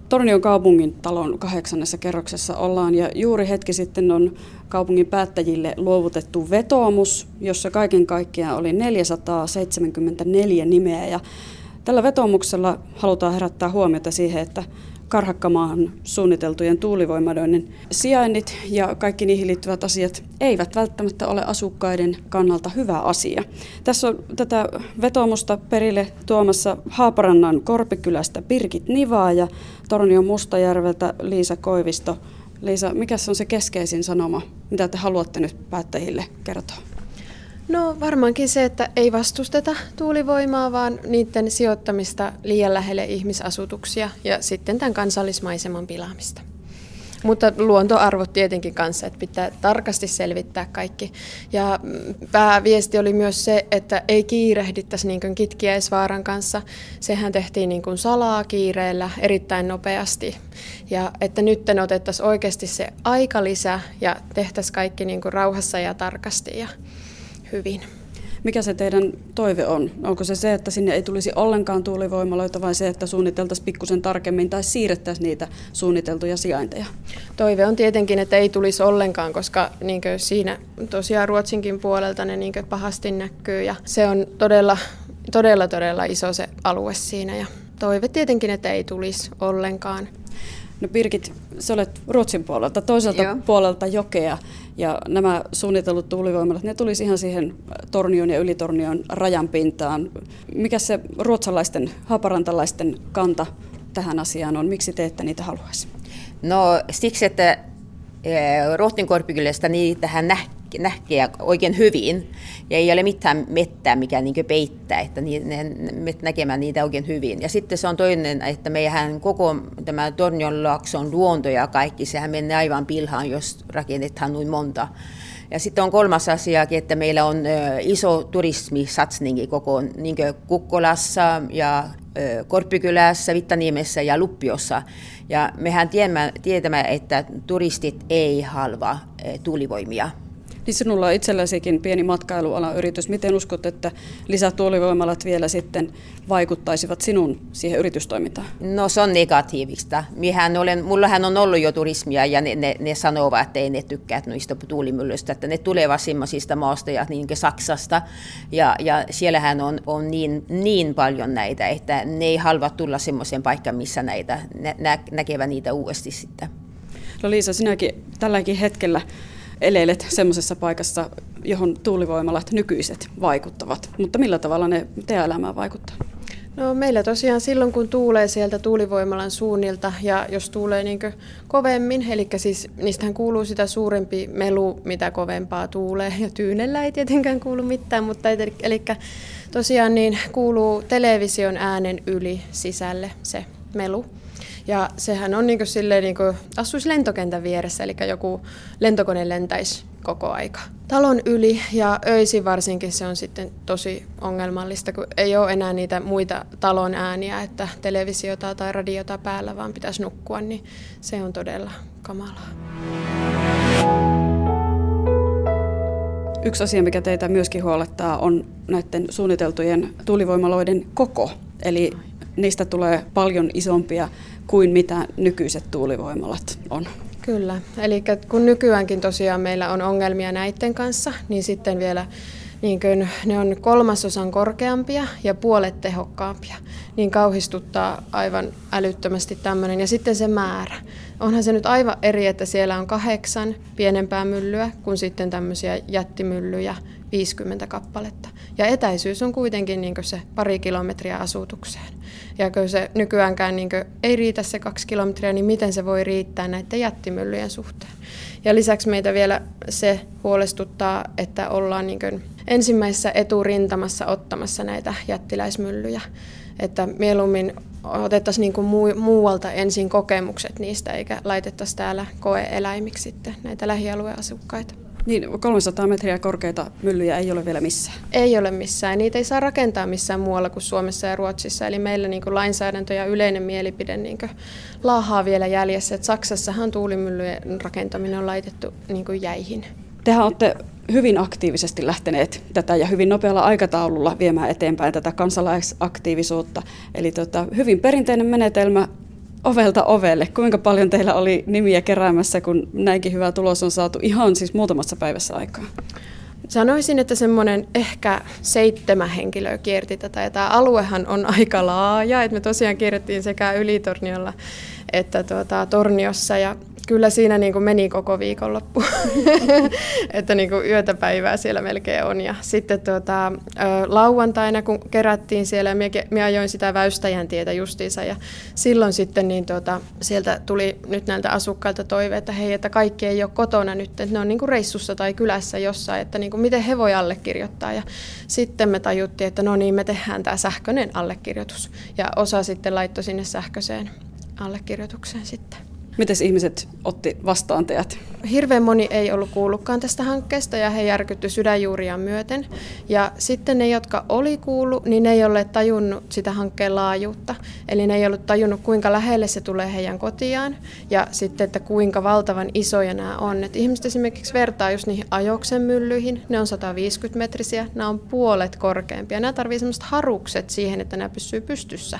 Tornion kaupungin talon 8. kerroksessa ollaan ja juuri hetki sitten on kaupungin päättäjille luovutettu vetoomus, jossa kaiken kaikkiaan oli 474 nimeä. Ja tällä vetoomuksella halutaan herättää huomiota siihen, että Karhakkamaahan suunniteltujen tuulivoimaloiden sijainnit ja kaikki niihin liittyvät asiat eivät välttämättä ole asukkaiden kannalta hyvä asia. Tässä on tätä vetoomusta perille tuomassa Haaparannan Korpikylästä Birgit Nivaa ja Tornion Mustajärveltä Liisa Koivisto. Liisa, mikä on se keskeisin sanoma, mitä te haluatte nyt päättäjille kertoa? No varmaankin se, että ei vastusteta tuulivoimaa, vaan niiden sijoittamista liian lähelle ihmisasutuksia ja sitten tämän kansallismaiseman pilaamista. Mutta luontoarvot tietenkin kanssa, että pitää tarkasti selvittää kaikki. Ja pääviesti oli myös se, että ei kiirehdittäisi niin kuin Kitkiäisvaaran kanssa. Sehän tehtiin niin kuin salaa kiireellä erittäin nopeasti. Ja että nyt otettaisiin oikeasti se aikalisä ja tehtäisiin kaikki niin kuin rauhassa ja tarkasti ja hyvin. Mikä se teidän toive on? Onko se, että sinne ei tulisi ollenkaan tuulivoimaloita vai se, että suunniteltaisiin pikkusen tarkemmin tai siirrettäisiin niitä suunniteltuja sijainteja? Toive on tietenkin, että ei tulisi ollenkaan, koska siinä tosiaan Ruotsinkin puolelta ne pahasti näkyy ja se on todella iso se alue siinä ja toive tietenkin, että ei tulisi ollenkaan. No Birgit, sä olet Ruotsin puolelta, toiselta puolelta jokea ja nämä suunnitellut tuulivoimalat, ne tulisi ihan siihen Tornion ja Ylitornion rajan pintaan. Mikä se ruotsalaisten, haaparantalaisten kanta tähän asiaan on? Miksi te ette niitä haluaisi? No siksi, että Ruotsin Korpikylästä niitähän näkee oikein hyvin ja ei ole mitään mettää, mikä niin peittää, että näkemään niitä oikein hyvin. Ja sitten se on toinen, että meidän koko tämä Tornionlaakson luonto ja kaikki, sehän menee aivan pilhaan, jos rakennetaan noin monta. Ja sitten on kolmas asia, että meillä on iso turismisatsningi koko niin Kukkolassa ja Korpikylässä, Vittaniemessä ja Luppiossa. Ja mehän tiedämme, että turistit ei halua tuulivoimia. Niin sinulla on itselläsikin pieni matkailualan yritys. Miten uskot, että lisätuulivoimalat vielä sitten vaikuttaisivat sinun siihen yritystoimintaan? No se on negatiivista. Mullahan on ollut jo turismia ja ne sanovat, että ei ne tykkää noista tuulimyllyistä, että ne tulevat semmoisista maasta ja niin Saksasta ja siellähän on niin paljon näitä, että ne ei halua tulla semmoiseen paikkaan, missä näitä näkevät niitä uudesti sitten. No Liisa, sinäkin tälläkin hetkellä eleilet semmoisessa paikassa, johon tuulivoimalat nykyiset vaikuttavat. Mutta millä tavalla ne teidän elämään vaikuttaa? No meillä tosiaan silloin, kun tuulee sieltä tuulivoimalan suunnilta ja jos tuulee niin kovemmin, eli siis niistähän kuuluu sitä suurempi melu, mitä kovempaa tuulee. Ja Tyynellä ei tietenkään kuulu mitään, mutta eli tosiaan niin kuuluu television äänen yli sisälle se melu. Ja sehän on silleen, asuisi lentokentän vieressä, eli joku lentokone lentäisi koko aika talon yli. Ja öisin varsinkin se on sitten tosi ongelmallista, kun ei ole enää niitä muita talon ääniä, että televisiota tai radiota päällä, vaan pitäisi nukkua, niin se on todella kamalaa. Yksi asia, mikä teitä myöskin huolettaa, on näiden suunniteltujen tuulivoimaloiden koko. Eli niistä tulee paljon isompia kuin mitä nykyiset tuulivoimalat on. Kyllä, eli kun nykyäänkin tosiaan meillä on ongelmia näiden kanssa, niin sitten vielä ne on 1/3 korkeampia ja puolet tehokkaampia. Niin kauhistuttaa aivan älyttömästi tämmöinen. Ja sitten se määrä. Onhan se nyt aivan eri, että siellä on 8 pienempää myllyä kuin sitten tämmöisiä jättimyllyjä 50 kappaletta. Ja etäisyys on kuitenkin se 2 kilometriä asutukseen. Ja kun se nykyäänkään ei riitä se 2 kilometriä, niin miten se voi riittää näiden jättimyllyjen suhteen. Ja lisäksi meitä vielä se huolestuttaa, että ollaan ensimmäisessä eturintamassa ottamassa näitä jättiläismyllyjä. Että mieluummin otettaisiin muualta ensin kokemukset niistä, eikä laitettaisi täällä koe-eläimiksi sitten näitä lähialueasukkaita. Niin, 300 metriä korkeita myllyjä ei ole vielä missään? Ei ole missään. Niitä ei saa rakentaa missään muualla kuin Suomessa ja Ruotsissa. Eli meillä lainsäädäntö ja yleinen mielipide laahaa vielä jäljessä. Et Saksassahan tuulimyllyjen rakentaminen on laitettu jäihin. Tehän olette hyvin aktiivisesti lähteneet tätä ja hyvin nopealla aikataululla viemään eteenpäin tätä kansalaisaktiivisuutta. Eli hyvin perinteinen menetelmä, ovelta ovelle. Kuinka paljon teillä oli nimiä keräämässä, kun näinkin hyvä tulos on saatu ihan siis muutamassa päivässä aikaa? Sanoisin, että semmoinen ehkä 7 henkilöä kierti tätä, ja tämä aluehan on aika laaja, että me tosiaan kierrettiin sekä Ylitorniolla että Torniossa, ja kyllä siinä niin kuin meni koko viikonloppu, että niin kuin yötä päivää siellä melkein on. Ja sitten lauantaina, kun kerättiin siellä, minä ajoin sitä Väystäjän tietä justiinsa, ja silloin sitten niin sieltä tuli nyt näiltä asukkailta toive, että hei, että kaikki ei ole kotona nyt, että ne on niin kuin reissussa tai kylässä jossain, että niin kuin miten he voi allekirjoittaa. Ja sitten me tajuttiin, että no niin, me tehdään tämä sähköinen allekirjoitus, ja osa sitten laittoi sinne sähköiseen allekirjoitukseen sitten. Miten ihmiset otti vastaan teidät? Hirveän moni ei ollut kuullutkaan tästä hankkeesta ja he järkytty sydänjuuriaan myöten. Ja sitten ne, jotka oli kuullut, niin ne ei ole tajunnut sitä hankkeen laajuutta. Eli ne ei ollut tajunnut, kuinka lähelle se tulee heidän kotiaan ja sitten, että kuinka valtavan isoja nämä on. Et ihmiset esimerkiksi vertaa just niihin Ajoksen myllyihin. Ne on 150-metrisiä, nämä on puolet korkeampia. Nämä tarvitsee sellaiset harukset siihen, että nämä pysyy pystyssä.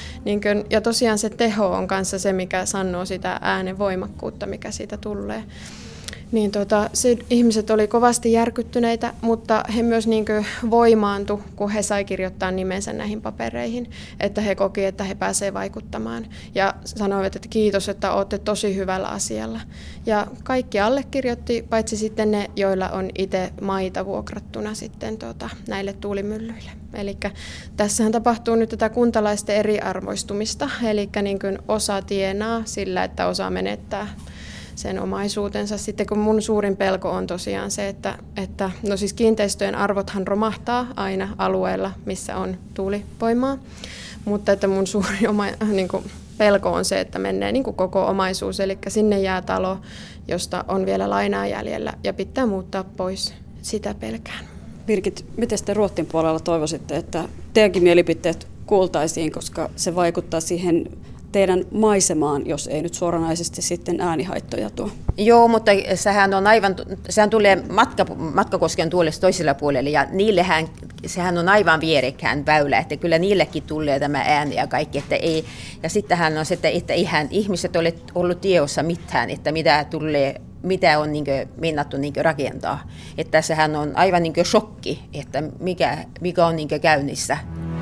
Ja tosiaan se teho on kanssa se, mikä sanoo sitä äänen voimakkuutta, mikä siitä tulee. Niin ihmiset oli kovasti järkyttyneitä, mutta he myös voimaantu, kun he sai kirjoittaa nimensä näihin papereihin, että he koki, että he pääsevät vaikuttamaan. Ja sanoivat, että kiitos, että olette tosi hyvällä asialla. Ja kaikki allekirjoitti, paitsi sitten ne, joilla on itse maita vuokrattuna sitten näille tuulimyllyille. Eli tässähän tapahtuu nyt tätä kuntalaisten eriarvoistumista, eli osa tienaa sillä, että osa menettää sen omaisuutensa. Sitten kun mun suurin pelko on tosiaan se, että no siis kiinteistöjen arvothan romahtaa aina alueella, missä on tuulivoimaa, mutta että mun suuri pelko on se, että menee koko omaisuus, eli sinne jää talo, josta on vielä lainaa jäljellä ja pitää muuttaa pois, sitä pelkään. Birgit, miten te Ruotsin puolella toivoisitte, että teidänkin mielipiteet kuultaisiin, koska se vaikuttaa siihen teidän maisemaan, jos ei nyt suoranaisesti sitten äänihaittoja tuo? Joo, mutta sehän tulee Matkakosken tuolesta toisella puolella ja sehän on aivan vierekkäin väylä, että kyllä niillekin tulee tämä ääni ja kaikki, että ei. Ja sittenhän on se, että eihän ihmiset ole ollut tiedossa mitään, että mitä on meinattu rakentaa. Että sehän on aivan shokki, että mikä on käynnissä.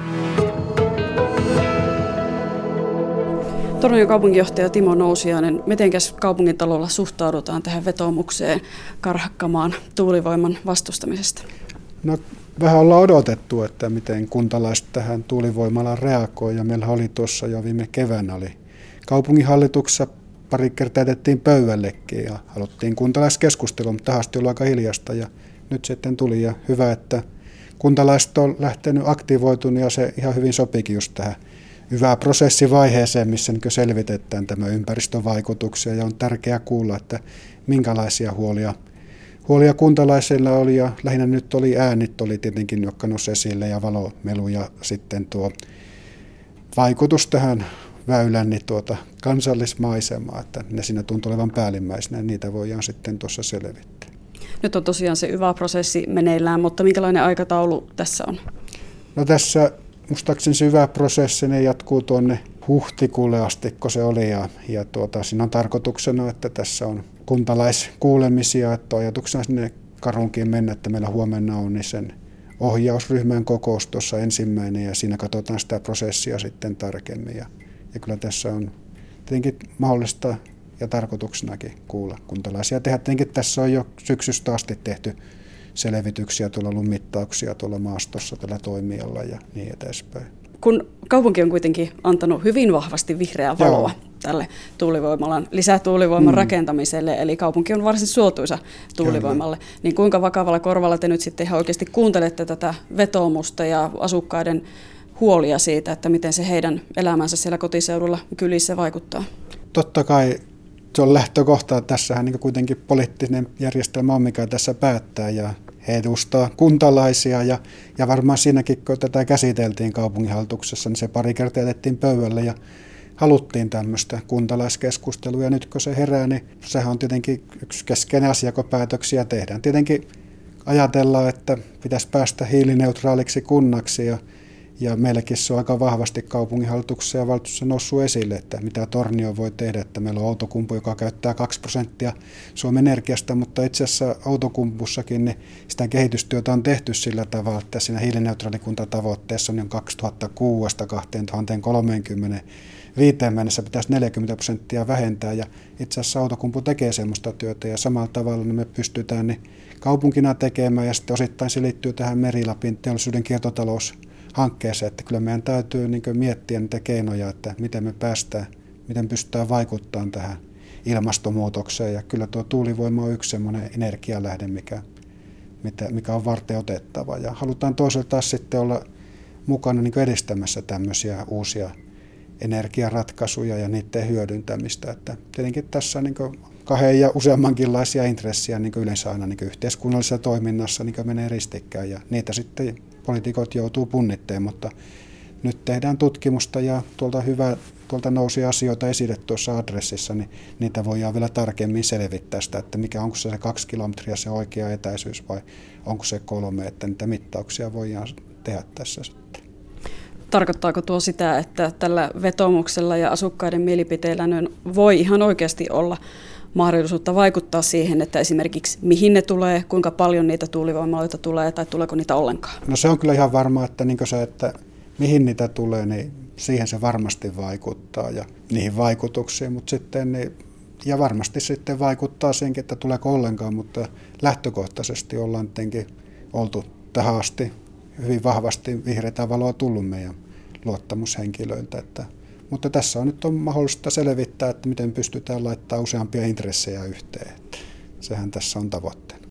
Tornion kaupunginjohtaja Timo Nousiainen, mitenkäs kaupungintalolla suhtaudutaan tähän vetoomukseen Karhakkamaan tuulivoiman vastustamisesta? No, vähän ollaan odotettu, että miten kuntalaiset tähän tuulivoimalaan reagoi, ja meillä oli tuossa jo viime keväänä kaupunginhallituksessa pari kertaa jätettiin pöydällekin ja haluttiin kuntalaiskeskustelua, mutta tähän asti oli aika hiljasta ja nyt sitten tuli ja hyvä, että kuntalaiset on lähtenyt aktivoitumaan ja se ihan hyvin sopikin just tähän hyvään prosessivaiheeseen, missä selvitetään tämä ympäristövaikutuksia ja on tärkeää kuulla, että minkälaisia huolia kuntalaisilla oli ja lähinnä nyt oli äänit oli tietenkin, jotka nousi esille ja valomelu ja sitten tuo vaikutus tähän väylän kansallismaisemaa, että ne siinä tuntuu olevan päällimmäisenä ja niitä voidaan sitten tuossa selvittää. Nyt on tosiaan se YVA-prosessi meneillään, mutta minkälainen aikataulu tässä on? No tässä muistaakseni se YVA-prosessi ne jatkuu tuonne huhtikuulle asti, kun se oli ja siinä on tarkoituksena, että tässä on kuntalaiskuulemisia, että ajatuksena sinne Karhunkiin mennä, että meillä huomenna on niin sen ohjausryhmän kokous tuossa ensimmäinen ja siinä katsotaan sitä prosessia sitten tarkemmin ja kyllä tässä on tietenkin mahdollista ja tarkoituksenakin kuulla kuntalaisia tehdä. Tietenkin tässä on jo syksystä asti tehty selvityksiä, tuolla ollut mittauksia tuolla maastossa tällä toimijalla ja niin edespäin. Kun kaupunki on kuitenkin antanut hyvin vahvasti vihreää valoa tälle lisätuulivoiman rakentamiselle, eli kaupunki on varsin suotuisa tuulivoimalle, niin kuinka vakavalla korvalla te nyt sitten ihan oikeasti kuuntelette tätä vetoomusta ja asukkaiden huolia siitä, että miten se heidän elämänsä siellä kotiseudulla kylissä vaikuttaa? Totta kai se on lähtökohta, että tässähän niin kuitenkin poliittinen järjestelmä on, mikä tässä päättää ja he edustaa kuntalaisia ja varmaan siinäkin, kun tätä käsiteltiin kaupunginhallituksessa, niin se pari kertaa jätettiin pöydälle ja haluttiin tämmöistä kuntalaiskeskustelua ja nyt kun se herää, niin sehän on tietenkin yksi keskeinen asia, kun päätöksiä tehdään. Tietenkin ajatellaan, että pitäisi päästä hiilineutraaliksi kunnaksi ja Ja meilläkin se on aika vahvasti kaupunginhallituksessa ja valtuustossa noussut esille, että mitä Tornio voi tehdä, että meillä on Outokumpu, joka käyttää 2% Suomen energiasta, mutta itse asiassa Outokumpussakin niin sitä kehitystyötä on tehty sillä tavalla, että siinä hiilineutraalikuntatavoitteessa on 2006-2030 mennessä pitäisi 40% vähentää ja itse asiassa Outokumpu tekee sellaista työtä ja samalla tavalla niin me pystytään niin kaupunkina tekemään ja sitten osittain se liittyy tähän Meri-Lapin teollisuuden kiertotaloushankkeeseen, että kyllä meidän täytyy niin miettiä niitä keinoja, että miten me päästään, miten pystytään vaikuttamaan tähän ilmastonmuutokseen ja kyllä tuo tuulivoima on yksi sellainen energialähde, mikä on varten otettava ja halutaan toisaalta taas sitten olla mukana niin edistämässä tämmöisiä uusia energiaratkaisuja ja niiden hyödyntämistä. Että tietenkin tässä on niin kahden ja useammankinlaisia intressiä niin yleensä aina niin yhteiskunnallisessa toiminnassa niin menee ristikkäin ja niitä sitten poliitikot joutuu punnitteen, mutta nyt tehdään tutkimusta ja tuolta nousi asioita esille tuossa adressissa, niin niitä voidaan vielä tarkemmin selvittää sitä, että onko se 2 kilometriä se oikea etäisyys vai onko se 3, että niitä mittauksia voidaan tehdä tässä sitten. Tarkoittaako tuo sitä, että tällä vetoomuksella ja asukkaiden mielipiteillä voi ihan oikeasti olla mahdollisuutta vaikuttaa siihen, että esimerkiksi mihin ne tulee, kuinka paljon niitä tuulivoimaloita tulee tai tuleeko niitä ollenkaan? No se on kyllä ihan varmaa, että, että mihin niitä tulee, niin siihen se varmasti vaikuttaa ja niihin vaikutuksiin, mutta sitten ja varmasti sitten vaikuttaa siihenkin, että tuleeko ollenkaan, mutta lähtökohtaisesti ollaan tietenkin oltu tähän asti hyvin vahvasti vihreätä valoa tullut meidän luottamushenkilöiltä. Mutta tässä on mahdollista selvittää, että miten pystytään laittamaan useampia intressejä yhteen. Sehän tässä on tavoitteena.